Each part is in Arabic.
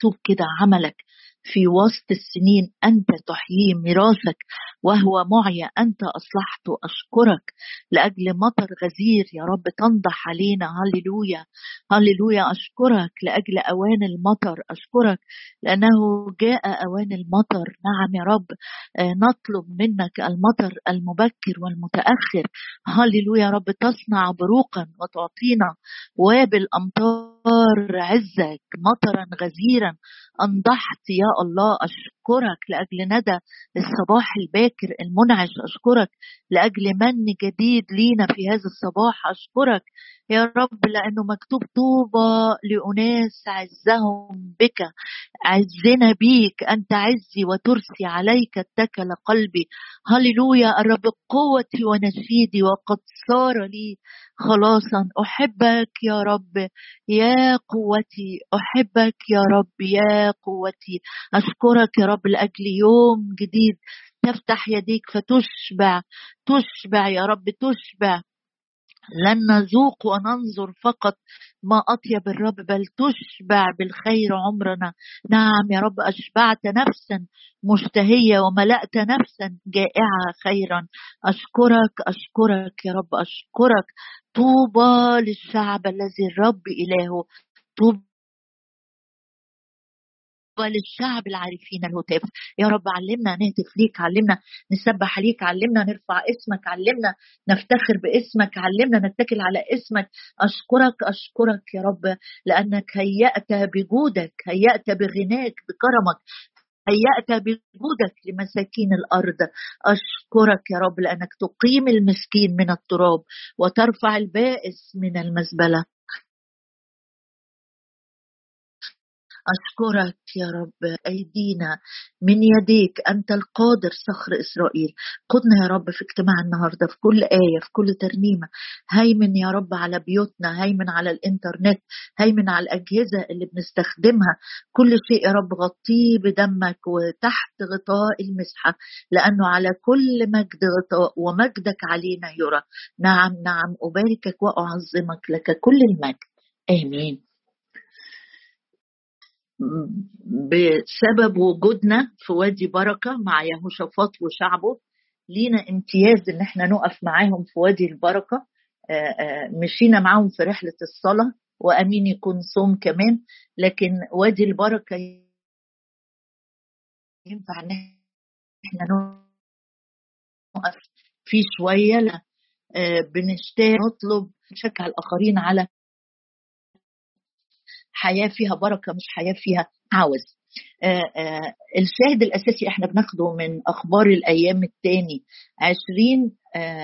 مكتوب كده: عملك في وسط السنين أنت تحيي ميراثك، وهو معي أنت أصلحته. أشكرك لأجل مطر غزير يا رب تنضح علينا. هللويا هللويا. أشكرك لأجل أوان المطر. أشكرك لأنه جاء أوان المطر. نعم يا رب، نطلب منك المطر المبكر والمتأخر. هللويا يا رب. تصنع بروقا وتعطينا وبالأمطار عزك مطرا غزيرا أنضحت يا الله. أشكرك لأجل ندى الصباح الباكر المنعش. أشكرك لأجل من جديد لينا في هذا الصباح. أشكرك يا رب لأنه مكتوب: طوبى لأناس عزهم بك. عزنا بيك، أنت عزي وترسي، عليك اتكل قلبي. هللويا. الرب قوتي ونشيدي، وقد صار لي خلاصا. أحبك يا رب يا قوتي، أحبك يا رب يا قوتي. أشكرك يا رب لأجل يوم جديد تفتح يديك فتشبع. تشبع يا رب تشبع. لن نذوق وننظر فقط ما أطيب الرب، بل تشبع بالخير عمرنا. نعم يا رب، أشبعت نفسا مشتهية وملأت نفسا جائعة خيرا. أشكرك أشكرك يا رب أشكرك. طوبى للشعب الذي الرب إلهه. طوبى للشعب العارفين الهتاف. يا رب علمنا نهتف ليك، علمنا نسبح ليك، علمنا نرفع اسمك، علمنا نفتخر باسمك، علمنا نتكل على اسمك. أشكرك أشكرك يا رب لأنك هيأت بجودك، هيأت بغناك بكرمك، هيأت بجودك لمساكين الأرض. أشكرك يا رب لأنك تقيم المسكين من التراب وترفع البائس من المزبلة. أشكرك يا رب. أيدينا من يديك، أنت القادر صخر إسرائيل. قدنا يا رب في اجتماع النهاردة، في كل آية، في كل ترنيمة. هيمن يا رب على بيوتنا، هيمن على الإنترنت، هيمن على الأجهزة اللي بنستخدمها. كل شيء يا رب غطيه بدمك وتحت غطاء المسحة، لأنه على كل مجد غطاء ومجدك علينا يرى. نعم نعم، أباركك وأعظمك، لك كل المجد. آمين. بسبب وجودنا في وادي بركة مع يهوشافاط وشعبه، لينا امتياز ان احنا نقف معاهم في وادي البركة. مشينا معاهم في رحلة الصلاة، وامين يكون صوم كمان، لكن وادي البركة ينفع ان احنا نقف فيه شوية. بنشتاق نطلب نشجع الآخرين على حياة فيها بركة، مش حياة فيها عوز. الشاهد الأساسي احنا بناخده من أخبار الأيام الثاني 20.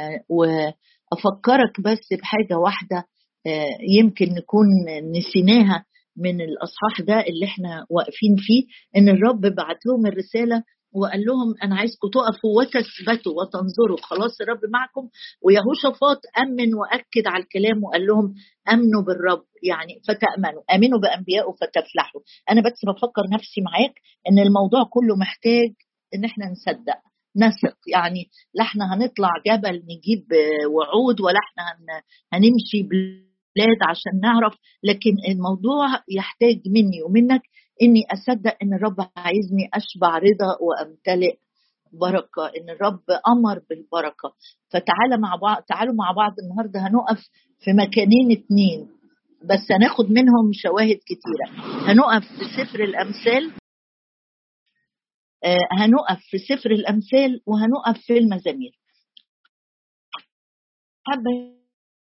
وأفكرك بس بحاجة واحدة يمكن نكون نسيناها من الأصحاح ده اللي احنا واقفين فيه، إن الرب بعت لهم الرسالة وقال لهم أنا عايزكم تقفوا وتثبتوا وتنظروا، خلاص الرب معكم. ويهوشافاط أمن وأكد على الكلام وقال لهم امنوا بالرب، يعني فتأمنوا، امنوا بانبيائه فتفلحوا. انا بس بفكر نفسي معاك ان الموضوع كله محتاج ان احنا نصدق نثق. يعني لا احنا هنطلع جبل نجيب وعود، ولا احنا هنمشي بلاد عشان نعرف، لكن الموضوع يحتاج مني ومنك اني اصدق ان الرب عايزني اشبع رضا وامتلئ بركة، ان الرب امر بالبركة. فتعالى مع بعض، تعالوا مع بعض النهاردة هنقف في مكانين اتنين بس هناخد منهم شواهد كتيرة. هنقف في سفر الأمثال، هنقف في سفر الأمثال، وهنقف في المزامير. حابة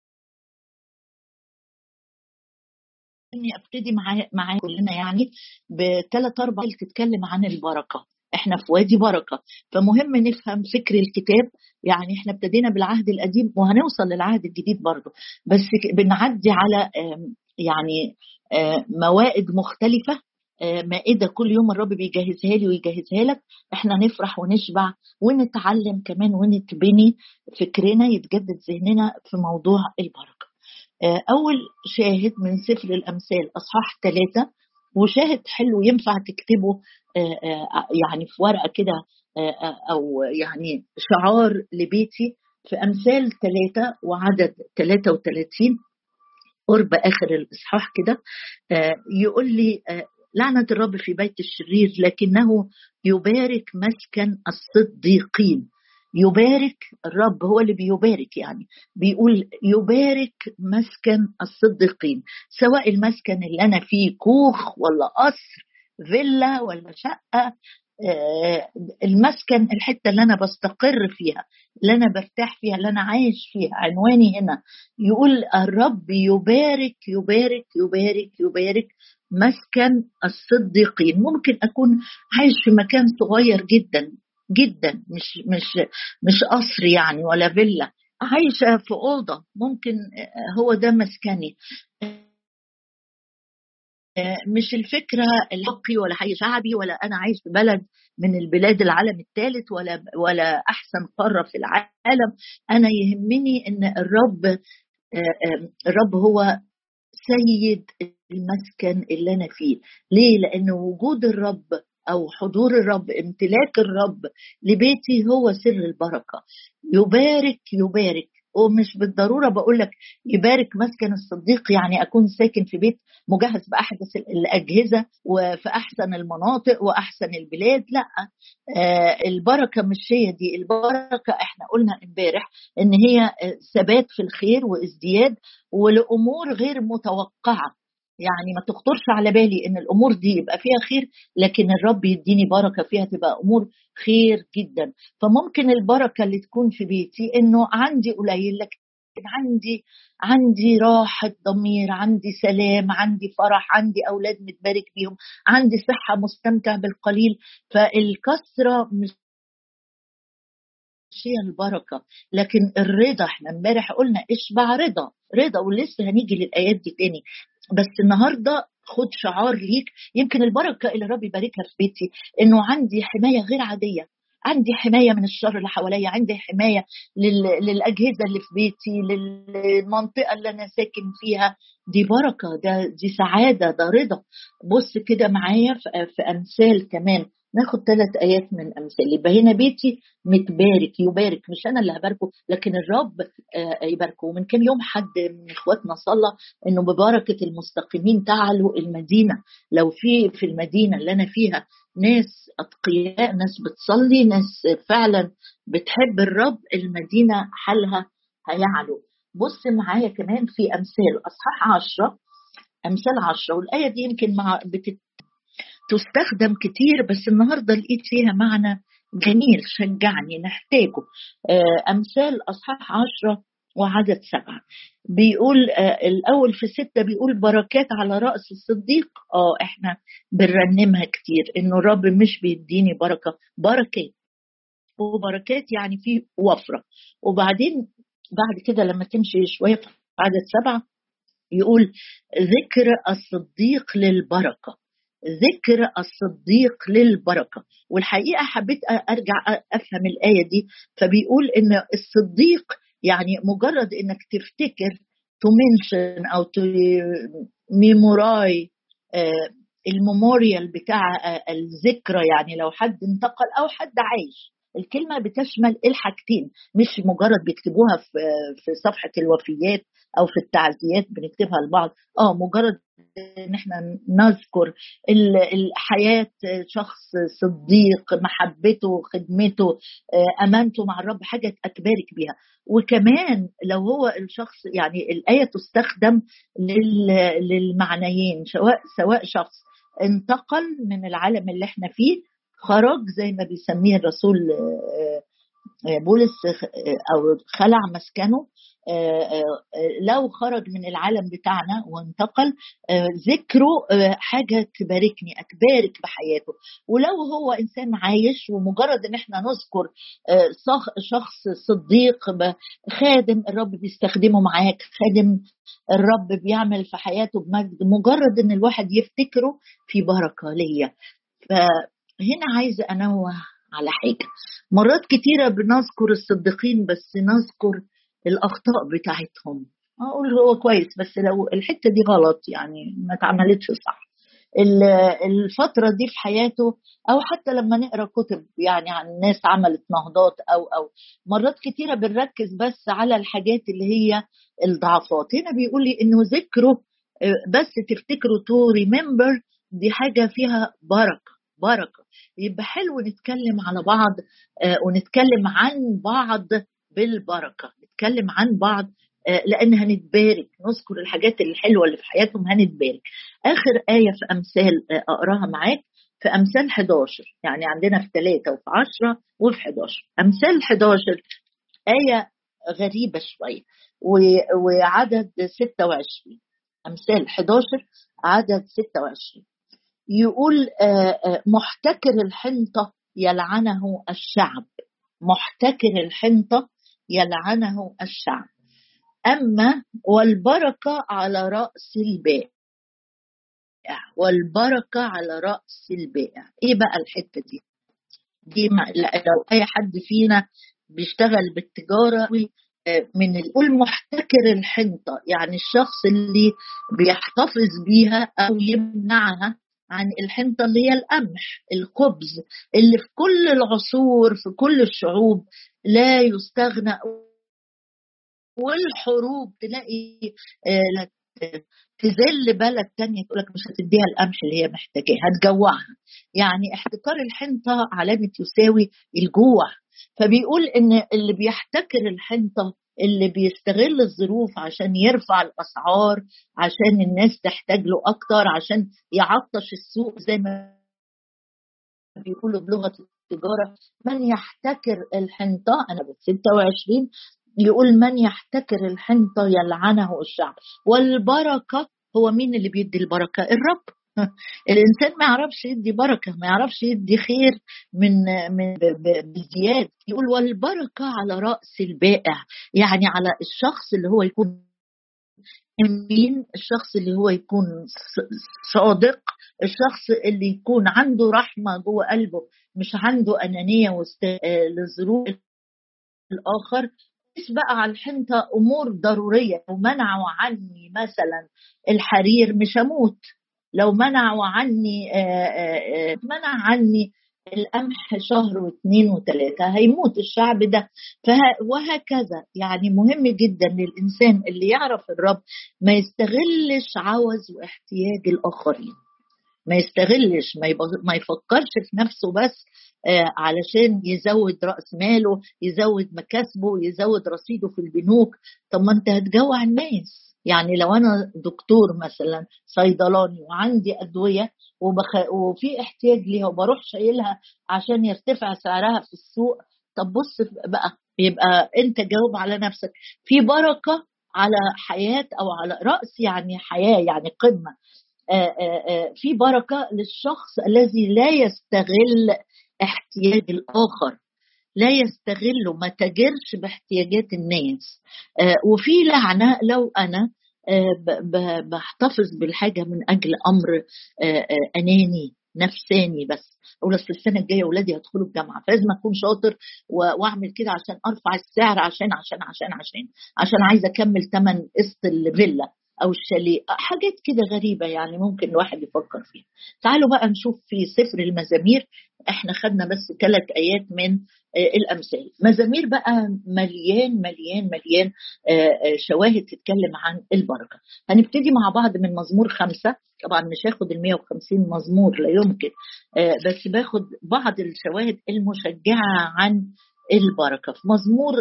اني ابتدي معاكم كلنا يعني بثلاث اربع تتكلم عن البركه. احنا في وادي بركه، فمهم نفهم فكر الكتاب. يعني احنا ابتدينا بالعهد القديم وهنوصل للعهد الجديد برضو، بس بنعدي على يعني موائد مختلفه. مائده كل يوم الرب بيجهزها لي ويجهزها لك. احنا نفرح ونشبع ونتعلم كمان ونتبني فكرنا، يتجدد ذهننا في موضوع البركه. أول شاهد من سفر الأمثال أصحاح 3، وشاهد حلو ينفع تكتبه يعني في ورقة كده، أو يعني شعار لبيتي. في أمثال 3 وعدد 33 قرب آخر الإصحاح كده، يقول لي لعنة الرب في بيت الشرير لكنه يبارك مسكن الصديقين. يبارك الرب هو اللي بيبارك، يعني بيقول يبارك مسكن الصديقين، سواء المسكن اللي أنا فيه كوخ ولا قصر، فيلا ولا شقة، المسكن الحتة اللي أنا بستقر فيها، اللي أنا برتاح فيها، اللي أنا عايش فيها، عنواني هنا. يقول الرب يبارك يبارك يبارك يبارك مسكن الصديقين. ممكن أكون عايش في مكان صغير جدا جدا، مش قصر يعني ولا فيلا، عايشة في أوضة، ممكن هو ده مسكني. مش الفكرة الحقي ولا حي شعبي، ولا أنا عايش في بلد من البلاد العالم الثالث، ولا أحسن قارة في العالم. أنا يهمني إن الرب هو سيد المسكن اللي أنا فيه. ليه؟ لأن وجود الرب أو حضور الرب، امتلاك الرب لبيتي هو سر البركة. يبارك يبارك، ومش بالضرورة بقول لك يبارك مسكن الصديق يعني أكون ساكن في بيت مجهز بأحدث الأجهزة وفي أحسن المناطق وأحسن البلاد، لا. البركة مش هي دي البركة. احنا قلنا امبارح ان هي ثبات في الخير وازدياد ولأمور غير متوقعة. يعني ما تخطرش على بالي ان الامور دي يبقى فيها خير لكن الرب يديني بركه فيها، تبقى امور خير جدا. فممكن البركه اللي تكون في بيتي انه عندي قليل لكن عندي راحه ضمير، عندي سلام، عندي فرح، عندي اولاد متبارك بيهم، عندي صحه، مستمتع بالقليل. فالكثره مش هي البركه لكن الرضا. احنا امبارح قلنا اشبع رضا رضا، ولسه هنيجي للايات دي تاني. بس النهارده خد شعار ليك. يمكن البركه اللي الرب يباركها في بيتي انه عندي حمايه غير عاديه، عندي حمايه من الشر اللي حواليا، عندي حمايه للاجهزه اللي في بيتي، للمنطقه اللي انا ساكن فيها. دي بركه، دي سعاده، ده رضا. بص كده معايا في امثال كمان، ناخد 3 آيات من أمثال. يبقى هنا بيتي متبارك، يبارك مش أنا اللي هباركه لكن الرب يباركه. ومن كام يوم حد من إخواتنا صلى إنه ببركة المستقيمين تعلو المدينة. لو في المدينة اللي أنا فيها ناس أتقياء، ناس بتصلي، ناس فعلا بتحب الرب، المدينة حالها هيعلو. بص معايا كمان في أمثال أصحاح 10، أمثال 10، والآية دي يمكن تستخدم كتير بس النهاردة لقيت فيها معنى جميل شجعني نحتاجه. أمثال أصحاح 10 وعدد 7 بيقول الأول في 6 بيقول بركات على رأس الصديق. إحنا بنرنمها كتير إنه الرب مش بيديني بركات وبركات، يعني في وفرة. وبعدين بعد كده لما تمشي شوية في عدد 7 يقول ذكر الصديق للبركة، ذكر الصديق للبركة. والحقيقة حبيت أرجع أفهم الآية دي. فبيقول إن الصديق يعني مجرد إنك تفتكر تمنشن أو ميموراي، الميموريال بتاع الذكرى، يعني لو حد انتقل أو حد عايش. الكلمة بتشمل الحاجتين، مش مجرد بيكتبوها في صفحة الوفيات أو في التعزيات بنكتبها لبعض. مجرد ان احنا نذكر الحياة شخص صديق، محبته، خدمته، امانته مع الرب، حاجة اتبارك بيها. وكمان لو هو الشخص، يعني الآية تستخدم للمعنيين، سواء شخص انتقل من العالم اللي احنا فيه، خرج زي ما بيسميه الرسول بولس او خلع مسكنه، لو خرج من العالم بتاعنا وانتقل، ذكره حاجة تباركني، أتبارك بحياته. ولو هو إنسان عايش ومجرد إن احنا نذكر شخص صديق خادم الرب بيستخدمه معاك، خادم الرب بيعمل في حياته بمجد، مجرد إن الواحد يفتكره في بركة ليا. فهنا عايزة أنوه على حاجة. مرات كتيرة بنذكر الصديقين بس نذكر الأخطاء بتاعتهم، أقول هو كويس بس لو الحتة دي غلط يعني ما اتعملتش صح الفترة دي في حياته. أو حتى لما نقرأ كتب يعني عن ناس عملت نهضات أو مرات كتيرة بنركز بس على الحاجات اللي هي الضعفات. هنا بيقول لي إنه ذكره بس تفتكروا to remember دي حاجة فيها بركة. يبقى حلو نتكلم على بعض، ونتكلم عن بعض بالبركة، نتكلم عن بعض لأن هنتبارك، نذكر الحاجات الحلوة اللي في حياتهم هنتبارك. آخر آية في أمثال أقراها معاك في أمثال 11، يعني عندنا في 3 وفي 10 وفي 11. أمثال 11 آية غريبة شوية وعدد 26. أمثال 11 عدد 26 يقول محتكر الحنطة يلعنه الشعب، محتكر الحنطة يلعنه الشعب، أما والبركة على رأس البائع، والبركة على رأس البائع. إيه بقى الحتة دي لو أي حد فينا بيشتغل بالتجارة من القول محتكر الحنطة، يعني الشخص اللي بيحتفظ بيها أو يمنعها عن الحنطة اللي هي القمح الخبز اللي في كل العصور في كل الشعوب لا يستغنى. والحروب تلاقي تذل بلد تانية تقول لك مش هتديها القمح اللي هي محتاجاه، هتجوعها. يعني احتكار الحنطة علامة يساوي الجوع. فبيقول ان اللي بيحتكر الحنطة اللي بيستغل الظروف عشان يرفع الأسعار، عشان الناس تحتاج له أكتر، عشان يعطش السوق زي ما بيقولوا بلغة التجارة. من يحتكر الحنطة، أنا ب 26 يقول من يحتكر الحنطة يلعنه الشعب، والبركة. هو مين اللي بيدي البركة؟ الرب. الإنسان ما يعرفش يدي بركة، ما يعرفش يدي خير من بزيادة. يقول والبركة على رأس البائع، يعني على الشخص اللي هو يكون أمين، الشخص اللي هو يكون صادق، الشخص اللي يكون عنده رحمة جوه قلبه، مش عنده أنانية للظروف الآخر. مش بقى على الحنطة أمور ضرورية، لو منعوا عني مثلا الحرير مش هموت، لو منعوا عني منع عني القمح شهر واثنين وثلاثة هيموت الشعب ده. وهكذا. يعني مهم جدا للإنسان اللي يعرف الرب ما يستغلش عوز واحتياج الآخرين، ما يستغلش، ما يفكرش في نفسه بس علشان يزود رأس ماله، يزود مكاسبه، يزود رصيده في البنوك. طب ما انت هتجوع الناس. يعني لو انا دكتور مثلا صيدلاني وعندي أدوية وفي احتياج ليها وبروح شايلها عشان يرتفع سعرها في السوق، طب بص بقى، يبقى انت جاوب على نفسك. في بركة على حياة أو على رأس، يعني حياة يعني قمة. في بركة للشخص الذي لا يستغل احتياج الآخر، لا يستغله، ما تجرش باحتياجات الناس. وفي لعنة لو أنا بحتفظ بالحاجة من أجل أمر أناني نفساني، بس أقول أصل السنة الجاية أولادي هيدخلوا الجامعة فلازم أكون شاطر وأعمل كده عشان أرفع السعر، عشان عايزة أكمل ثمن قسط الفيلا أو الشاليه. حاجات كده غريبة يعني ممكن الواحد يفكر فيها. تعالوا بقى نشوف في سفر المزامير. احنا خدنا بس 3 آيات من الأمثال. مزامير بقى مليان مليان مليان شواهد تتكلم عن البركة. هنبتدي مع بعض من مزمور 5. طبعا مش هاخد 150 مزمور، لا يمكن، بس باخد بعض الشواهد المشجعة عن البركة. في مزمور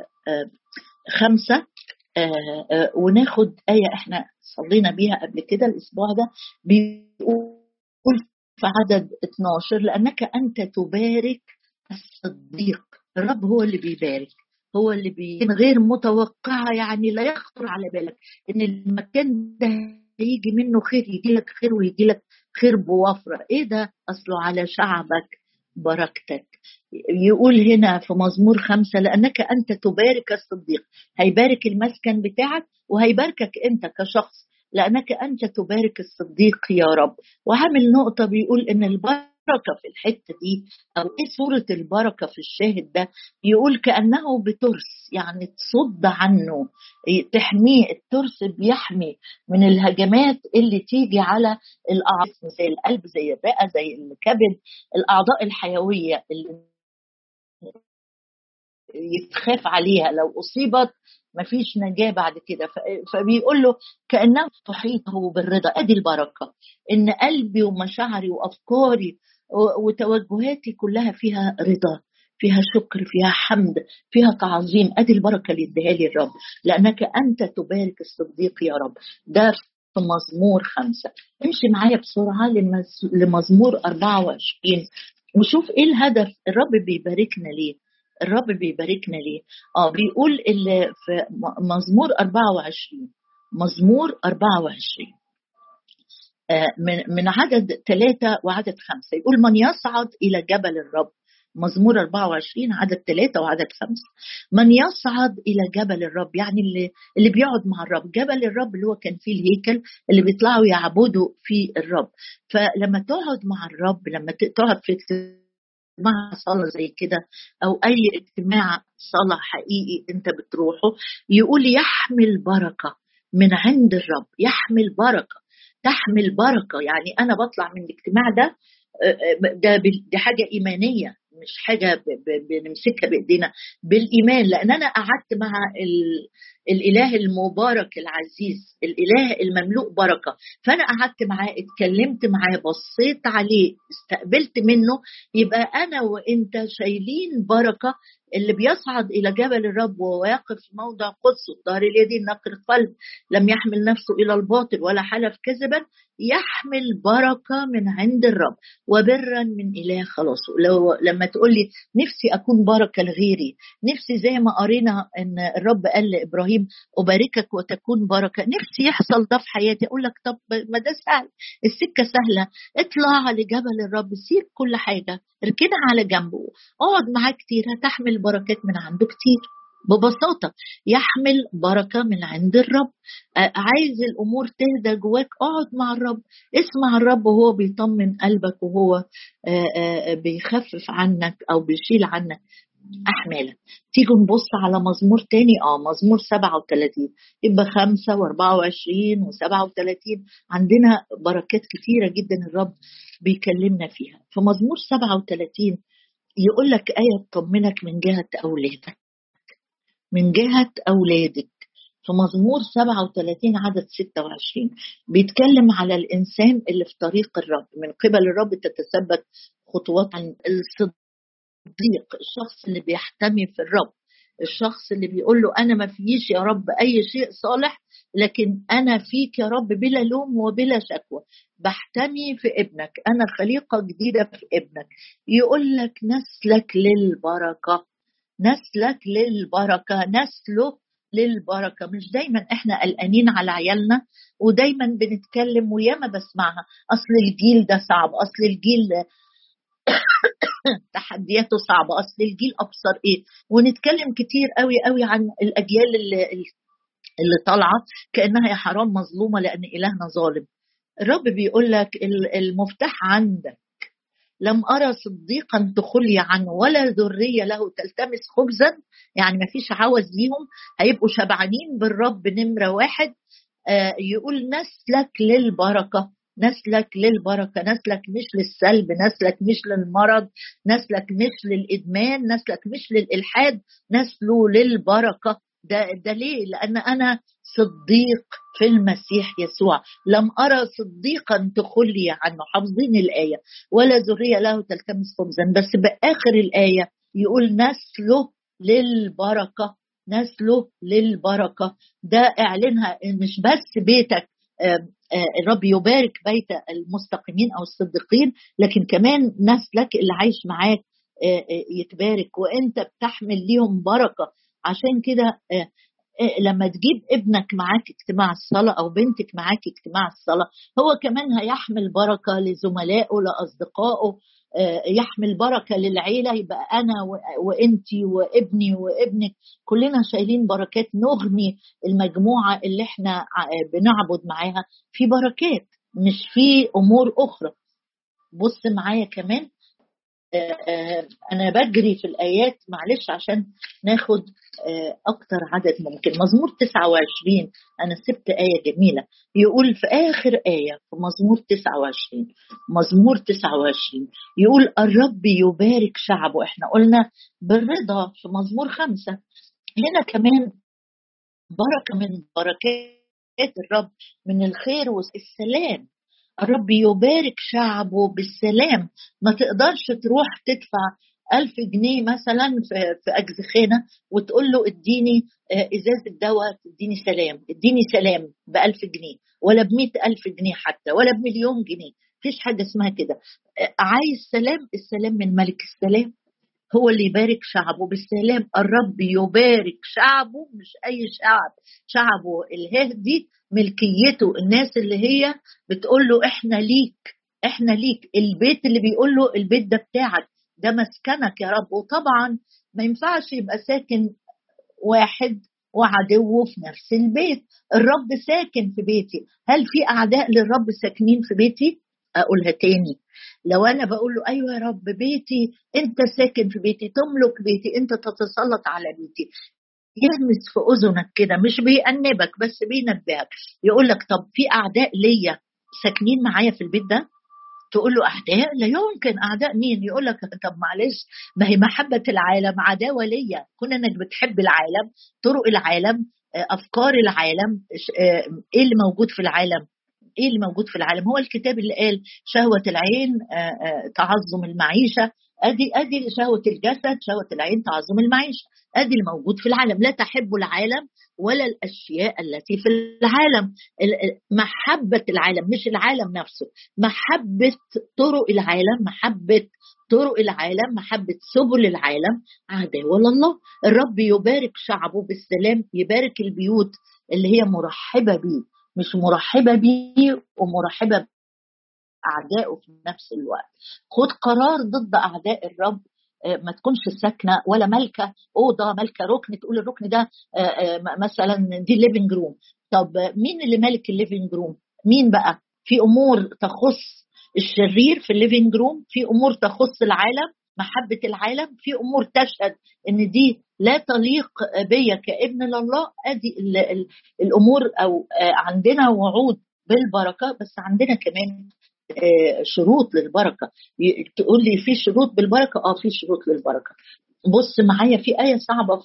5 وناخد آية احنا صلينا بيها قبل كده الأسبوع ده. بيقول في عدد 12 لأنك أنت تبارك الصديق. الرب هو اللي بيبارك، هو اللي من غير متوقعة، يعني لا يخطر على بالك إن المكان ده هيجي منه خير، يجي لك خير ويجي لك خير بوفرة. إيه ده؟ أصله على شعبك بركتك. يقول هنا في مزمور 5 لأنك أنت تبارك الصديق، هيبارك المسكن بتاعك وهيباركك أنت كشخص، لأنك أنت تبارك الصديق يا رب. وعامل نقطة بيقول إن البركة في الحتة دي أو إيه صورة البركة في الشاهد ده؟ يقول كأنه بترس، يعني تصد عنه، تحميه. الترس بيحمي من الهجمات اللي تيجي على الأعضاء زي القلب زي الرئة زي الكبد، الأعضاء الحيوية اللي يتخاف عليها لو أصيبت مفيش نجاة بعد كده. فبيقول له كأنه تحيطه بالرضا. ادي البركة، ان قلبي ومشاعري وافكاري وتوجهاتي كلها فيها رضا، فيها شكر، فيها حمد، فيها تعظيم. ادي البركة اللي اديها لي الرب، لانك انت تبارك الصديق يا رب. ده في مزمور 5. امشي معايا بسرعة لمزمور 24 وشوف ايه الهدف. الرب بيباركنا ليه؟ الرب بيباركنا ليه؟ بيقول اللي في مزمور 24، مزمور 24 من عدد 3 وعدد 5، يقول من يصعد إلى جبل الرب. مزمور 24 عدد 3 وعدد 5. من يصعد إلى جبل الرب، يعني اللي بيقعد مع الرب. جبل الرب اللي هو كان فيه الهيكل اللي بيطلعوا يعبدوا فيه الرب. فلما تقعد مع الرب، لما تقعد في اجتماع صلاة زي كده أو أي اجتماع صلاة حقيقي أنت بتروحه، يقول يحمل بركة من عند الرب. يحمل بركة، تحمل بركة. يعني أنا بطلع من الاجتماع ده، دي حاجة إيمانية، مش حاجة بنمسكها بإيدينا، بالإيمان، لأن أنا قعدت مع الإله المبارك العزيز، الإله المملوء بركة. فأنا قعدت معاه، اتكلمت معاه، بصيت عليه، استقبلت منه. يبقى أنا وإنت شايلين بركة. اللي بيصعد إلى جبل الرب وواقف في موضع قدسه الطاهر اليدين نقي القلب، لم يحمل نفسه إلى الباطل ولا حلف كذبا، يحمل بركة من عند الرب وبرا من إله خلاصه. لما تقول لي نفسي أكون بركة لغيري، نفسي زي ما قرينا أن الرب قال لإبراهيم أباركك وتكون بركة، نفسي يحصل ده في حياتي. أقول لك طب ما ده سهل، السكة سهلة. اطلع لجبل الرب، سيب كل حاجة، اركنها على جنبه، اقعد معاه كتير، هتحمل بركات من عنده كتير. ببساطة يحمل بركة من عند الرب. عايز الأمور تهدى جواك، اقعد مع الرب، اسمع الرب وهو بيطمن قلبك، وهو بيخفف عنك أو بيشيل عنك أحمالك. تيجوا نبص على مزمور تاني، مزمور 37. يبقى 5 و24 و37 عندنا بركات كتيرة جدا الرب بيكلمنا فيها. في مزمور 37 يقول لك آية تطمنك من جهة أولادك، من جهة أولادك. في مزمور 37 عدد 26 بيتكلم على الإنسان اللي في طريق الرب، من قبل الرب تتثبت خطوات. عن الصديق، الشخص اللي بيحتمي في الرب، الشخص اللي بيقول له أنا ما فيش يا رب أي شيء صالح، لكن أنا فيك يا رب بلا لوم وبلا شكوى، بحتمي في ابنك، أنا خليقة جديدة في ابنك. يقول لك نسلك للبركة، نسلك للبركة، نسله للبركة. مش دايما احنا قلقانين على عيالنا ودايما بنتكلم، وياما بسمعها أصل الجيل ده صعب، أصل الجيل تحدياته صعبة، أصل الجيل أبصر إيه، ونتكلم كتير قوي قوي عن الأجيال اللي طالعة كأنها يا حرام مظلومة لأن إلهنا ظالم. الرب بيقول لك المفتاح عندك. لم أرى صديقا تخلي عنه ولا ذرية له تلتمس خبزا. يعني ما فيش عوز ليهم، هيبقوا شبعانين بالرب نمرة واحد. يقول نسلك للبركة، نسلك للبركة، نسلك مش للسلب، نسلك مش للمرض، نسلك مش للإدمان، نسلك مش للإلحاد، نسله للبركة. ده ليه؟ لأن أنا صديق في المسيح يسوع. لم أرى صديقا تخلي عنه، حافظين الآية، ولا ذرية له تلتمس خبزا. بس بآخر الآية يقول نسله للبركة، نسله للبركة. ده اعلنها مش بس بيتك الرب يبارك بيت المستقيمين او الصديقين، لكن كمان نسلك اللي عايش معاك يتبارك، وانت بتحمل ليهم بركة. عشان كده لما تجيب ابنك معاك اجتماع الصلاة أو بنتك معاك اجتماع الصلاة، هو كمان هيحمل بركة لزملائه لأصدقائه، يحمل بركة للعيلة. يبقى أنا وإنتي وابني وابنك كلنا شايلين بركات، نغني المجموعة اللي احنا بنعبد معاها في بركات، مش في أمور أخرى. بص معايا كمان، أنا بجري في الآيات معلش عشان ناخد أكتر عدد ممكن. مزمور 29 أنا سبت آية جميلة، يقول في آخر آية في مزمور 29، مزمور 29 يقول الرب يبارك شعبه. إحنا قلنا بالرضا في مزمور 5، هنا كمان بركة من بركات الرب، من الخير والسلام. الرب يبارك شعبه بالسلام. ما تقدرش تروح تدفع 1000 جنيه مثلا في أجزخانة وتقول له اديني إزازة دواء تديني سلام، اديني سلام ب1000 جنيه ولا ب100,000 جنيه حتى ولا ب1,000,000 جنيه. مفيش حاجة اسمها كده. عايز سلام، السلام من ملك السلام، هو اللي يبارك شعبه بالسلام. الرب يبارك شعبه، مش أي شعب، شعبه الهادي ملكيته، الناس اللي هي بتقول له احنا ليك، احنا ليك. البيت اللي بيقول له البيت ده بتاعك، ده مسكنك يا رب. وطبعا ما ينفعش يبقى ساكن واحد وعدو في نفس البيت. الرب ساكن في بيتي. هل في أعداء للرب ساكنين في بيتي؟ أقولها تاني، لو أنا بقول له أيوة يا رب بيتي، أنت ساكن في بيتي، تملك بيتي، أنت تتسلط على بيتي، يهمس في أذنك كده، مش بيأنبك بس بينبهك. يقول لك طب في أعداء ليا ساكنين معايا في البيت ده؟ تقول له أعداء؟ لا يمكن. أعداء مين؟ يقول لك طب معلش، ما هي محبة العالم عداوة ليا. كون أنك بتحب العالم، طرق العالم، أفكار العالم، إيه اللي موجود في العالم؟ ايه اللي موجود في العالم؟ هو الكتاب اللي قال شهوة العين تعظم المعيشة. ادي شهوة الجسد، شهوة العين تعظم المعيشة. ادي الموجود في العالم. لا تحب العالم ولا الاشياء التي في العالم. محبة العالم، مش العالم نفسه، محبة طرق العالم، محبة طرق العالم، محبة سبل العالم عداوة لله. الرب يبارك شعبه بالسلام، يبارك البيوت اللي هي مرحبة بيه، مش مرحبة بيه ومرحبة بأعدائه في نفس الوقت. خد قرار ضد أعداء الرب. ما تكونش ساكنة ولا ملكة أوضة، ملكة ركن، تقول الركن ده مثلا دي الليفينج روم. طب مين اللي مالك الليفينج روم؟ مين بقى؟ في أمور تخص الشرير في الليفينج روم، في أمور تخص العالم، محبة العالم، في أمور تشهد إن دي لا تليق بيا كابن لله. أدي الأمور. أو عندنا وعود بالبركة، بس عندنا كمان شروط للبركة. تقول لي في شروط بالبركة؟ في شروط للبركة. بص معايا في آية صعبة،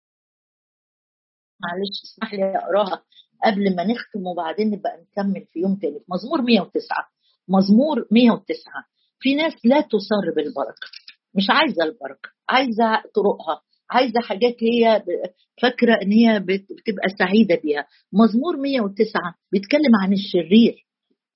معلش اسمح لي أقراها قبل ما نختم وبعدين نبقى نكمل في يوم تاني. في مزمور 109. مزمور 109. في ناس لا تصر بالبركة، مش عايزة البركة، عايزة طرقها، عايزة حاجات هي فاكرة ان هي بتبقى سعيدة بيها. مزمور 109 بيتكلم عن الشرير.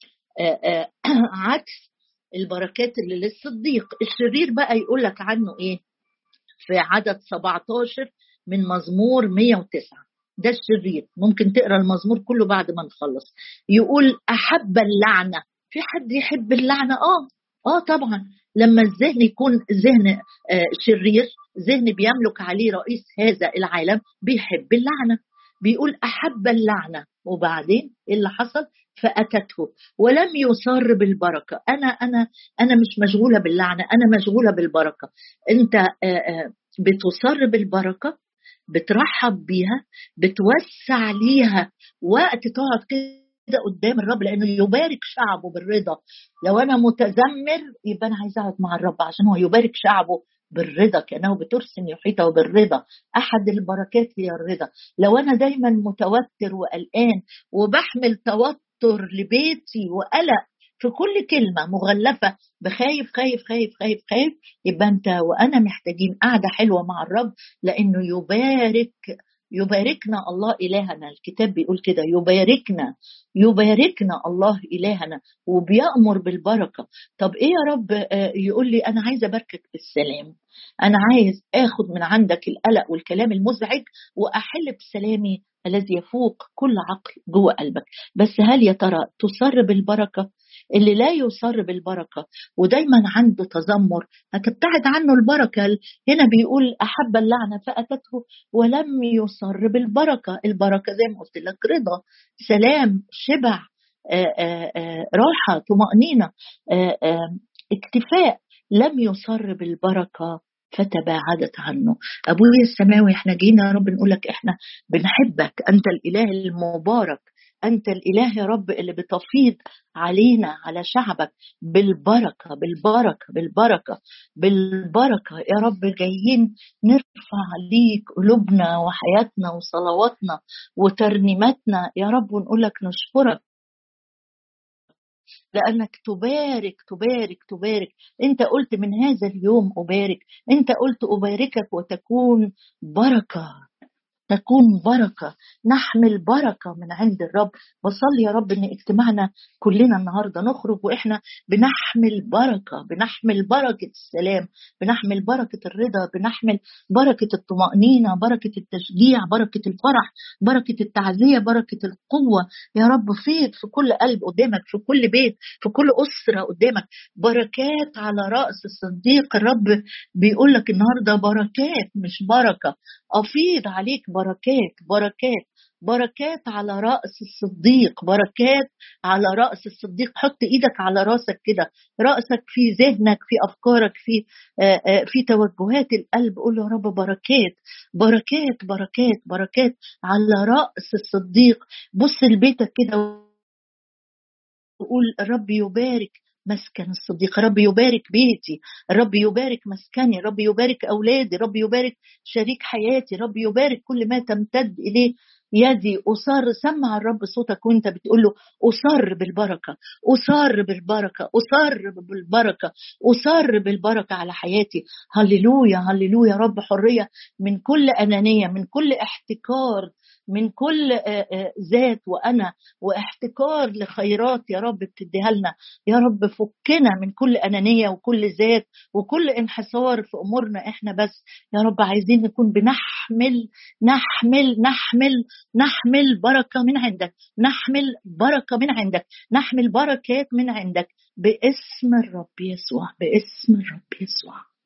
عكس البركات اللي للصديق. الشرير بقى يقول لك عنه ايه في عدد 17 من مزمور 109؟ ده الشرير. ممكن تقرا المزمور كله بعد ما نخلص. يقول احب اللعنة. في حد يحب اللعنة؟ طبعا. لما الذهن يكون ذهن شرير، ذهن بيملك عليه رئيس هذا العالم، بيحب اللعنة. بيقول احب اللعنة، وبعدين ايه اللي حصل؟ فأتته ولم يصر بالبركة. أنا مش مشغولة باللعنة، أنا مشغولة بالبركة. أنت بتصر بالبركة، بترحب بيها، بتوسع ليها وقت تقعد كده قدام الرب، لأنه يبارك شعبه بالرضا. لو أنا متذمر يبقى أنا عايزة أقعد مع الرب عشان هو يبارك شعبه بالرضا، كأنه بترسم يحيطه بالرضا. أحد البركات هي الرضا. لو أنا دايما متوتر وقلقان وبحمل توتر لبيتي وقلق في كل كلمة مغلفة بخايف خايف خايف خايف خايف، يبقى أنت وأنا محتاجين قعدة حلوة مع الرب، لأنه يباركنا الله إلهنا. الكتاب بيقول كده، يباركنا الله إلهنا وبيأمر بالبركة. طب إيه يا رب؟ يقول لي أنا عايز أباركك بالسلام، أنا عايز أخذ من عندك القلق والكلام المزعج وأحل بسلامي الذي يفوق كل عقل جوه قلبك. بس هل يا ترى تصر بالبركة؟ اللي لا يصر بالبركة ودايما عنده تذمر هتبتعد عنه البركة. هنا بيقول أحب اللعنة فأتته ولم يصر بالبركة. البركة زي ما قلت لك رضا، سلام، شبع، راحة، طمأنينة، اكتفاء. لم يصر بالبركة فتباعدت عنه. أبويا السماوي احنا جينا يا رب نقول لك احنا بنحبك، أنت الإله المبارك أنت الإله يا رب اللي بتفيض علينا على شعبك بالبركة بالبركة بالبركة بالبركة يا رب. جايين نرفع ليك قلوبنا وحياتنا وصلواتنا وترنيماتنا يا رب، ونقول لك نشكرك لأنك تبارك تبارك تبارك. أنت قلت من هذا اليوم أبارك، أنت قلت أباركك وتكون بركة، تكون بركة، نحمل بركة من عند الرب. بصلي يا رب ان اجتماعنا كلنا النهاردة نخرج وإحنا بنحمل بركة، بنحمل بركة السلام، بنحمل بركة الرضا، بنحمل بركة الطمأنينة، بركة التشجيع، بركة الفرح، بركة التعزية، بركة القوة. يا رب فيض في كل قلب قدامك، في كل بيت، في كل أسرة قدامك، بركات على رأس الصديق. الرب بيقول لك النهاردة بركات مش بركة، أفيض عليك بركات بركات بركات على رأس الصديق، بركات على رأس الصديق. حط إيدك على رأسك كده، رأسك في ذهنك، في أفكارك، في توجهات القلب. قول يا رب بركات بركات بركات بركات على رأس الصديق. بص لبيتك كده وقول الرب يبارك مسكن الصديق، الرب يبارك بيتي، الرب يبارك مسكني، الرب يبارك أولادي، الرب يبارك شريك حياتي، الرب يبارك كل ما تمتد إليه يدي. أصر، سمع الرب صوتك وانت بتقول له أصر بالبركة، أصر بالبركة، أصر بالبركة، أصر بالبركة على حياتي. هللويا هللويا رب. حرية من كل أنانية، من كل احتكار، من كل ذات وأنا واحتكار لخيرات يا رب بتديها لنا. يا رب فكنا من كل أنانية وكل ذات وكل انحصار في أمورنا إحنا بس. يا رب عايزين نكون بنحمل نحمل نحمل نحمل بركة من عندك، نحمل بركة من عندك، نحمل بركات من عندك باسم الرب يسوع، باسم الرب يسوع.